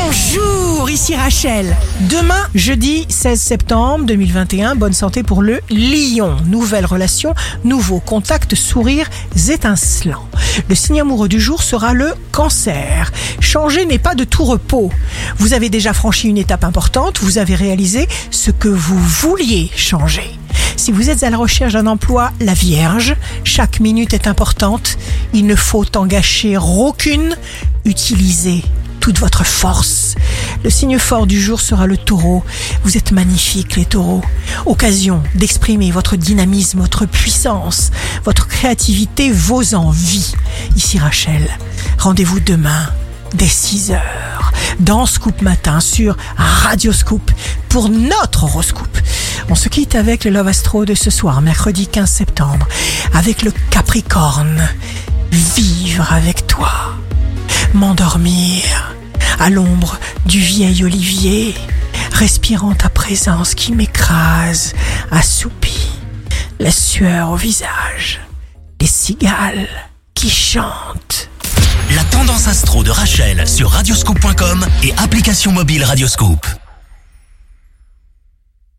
Bonjour, ici Rachel. Demain, jeudi 16 septembre 2021, bonne santé pour le lion. Nouvelle relation, nouveaux contacts, sourires étincelants. Le signe amoureux du jour sera le cancer. Changer n'est pas de tout repos. Vous avez déjà franchi une étape importante, vous avez réalisé ce que vous vouliez changer. Si vous êtes à la recherche d'un emploi, la Vierge, chaque minute est importante. Il ne faut en gâcher aucune. Utilisez toute votre force. Le signe fort du jour sera le taureau. Vous êtes magnifiques les taureaux. Occasion d'exprimer votre dynamisme, votre puissance, votre créativité, vos envies. Ici Rachel, rendez-vous demain dès 6h dans Scoop Matin sur Radio Scoop pour notre horoscope. On se quitte avec le Love Astro de ce soir, mercredi 15 septembre, avec le Capricorne. Vivre avec toi, m'endormir à l'ombre du vieil olivier, respirant ta présence qui m'écrase, assoupie, la sueur au visage, les cigales qui chantent. La tendance astro de Rachel sur radioscoop.com et application mobile Radioscoop.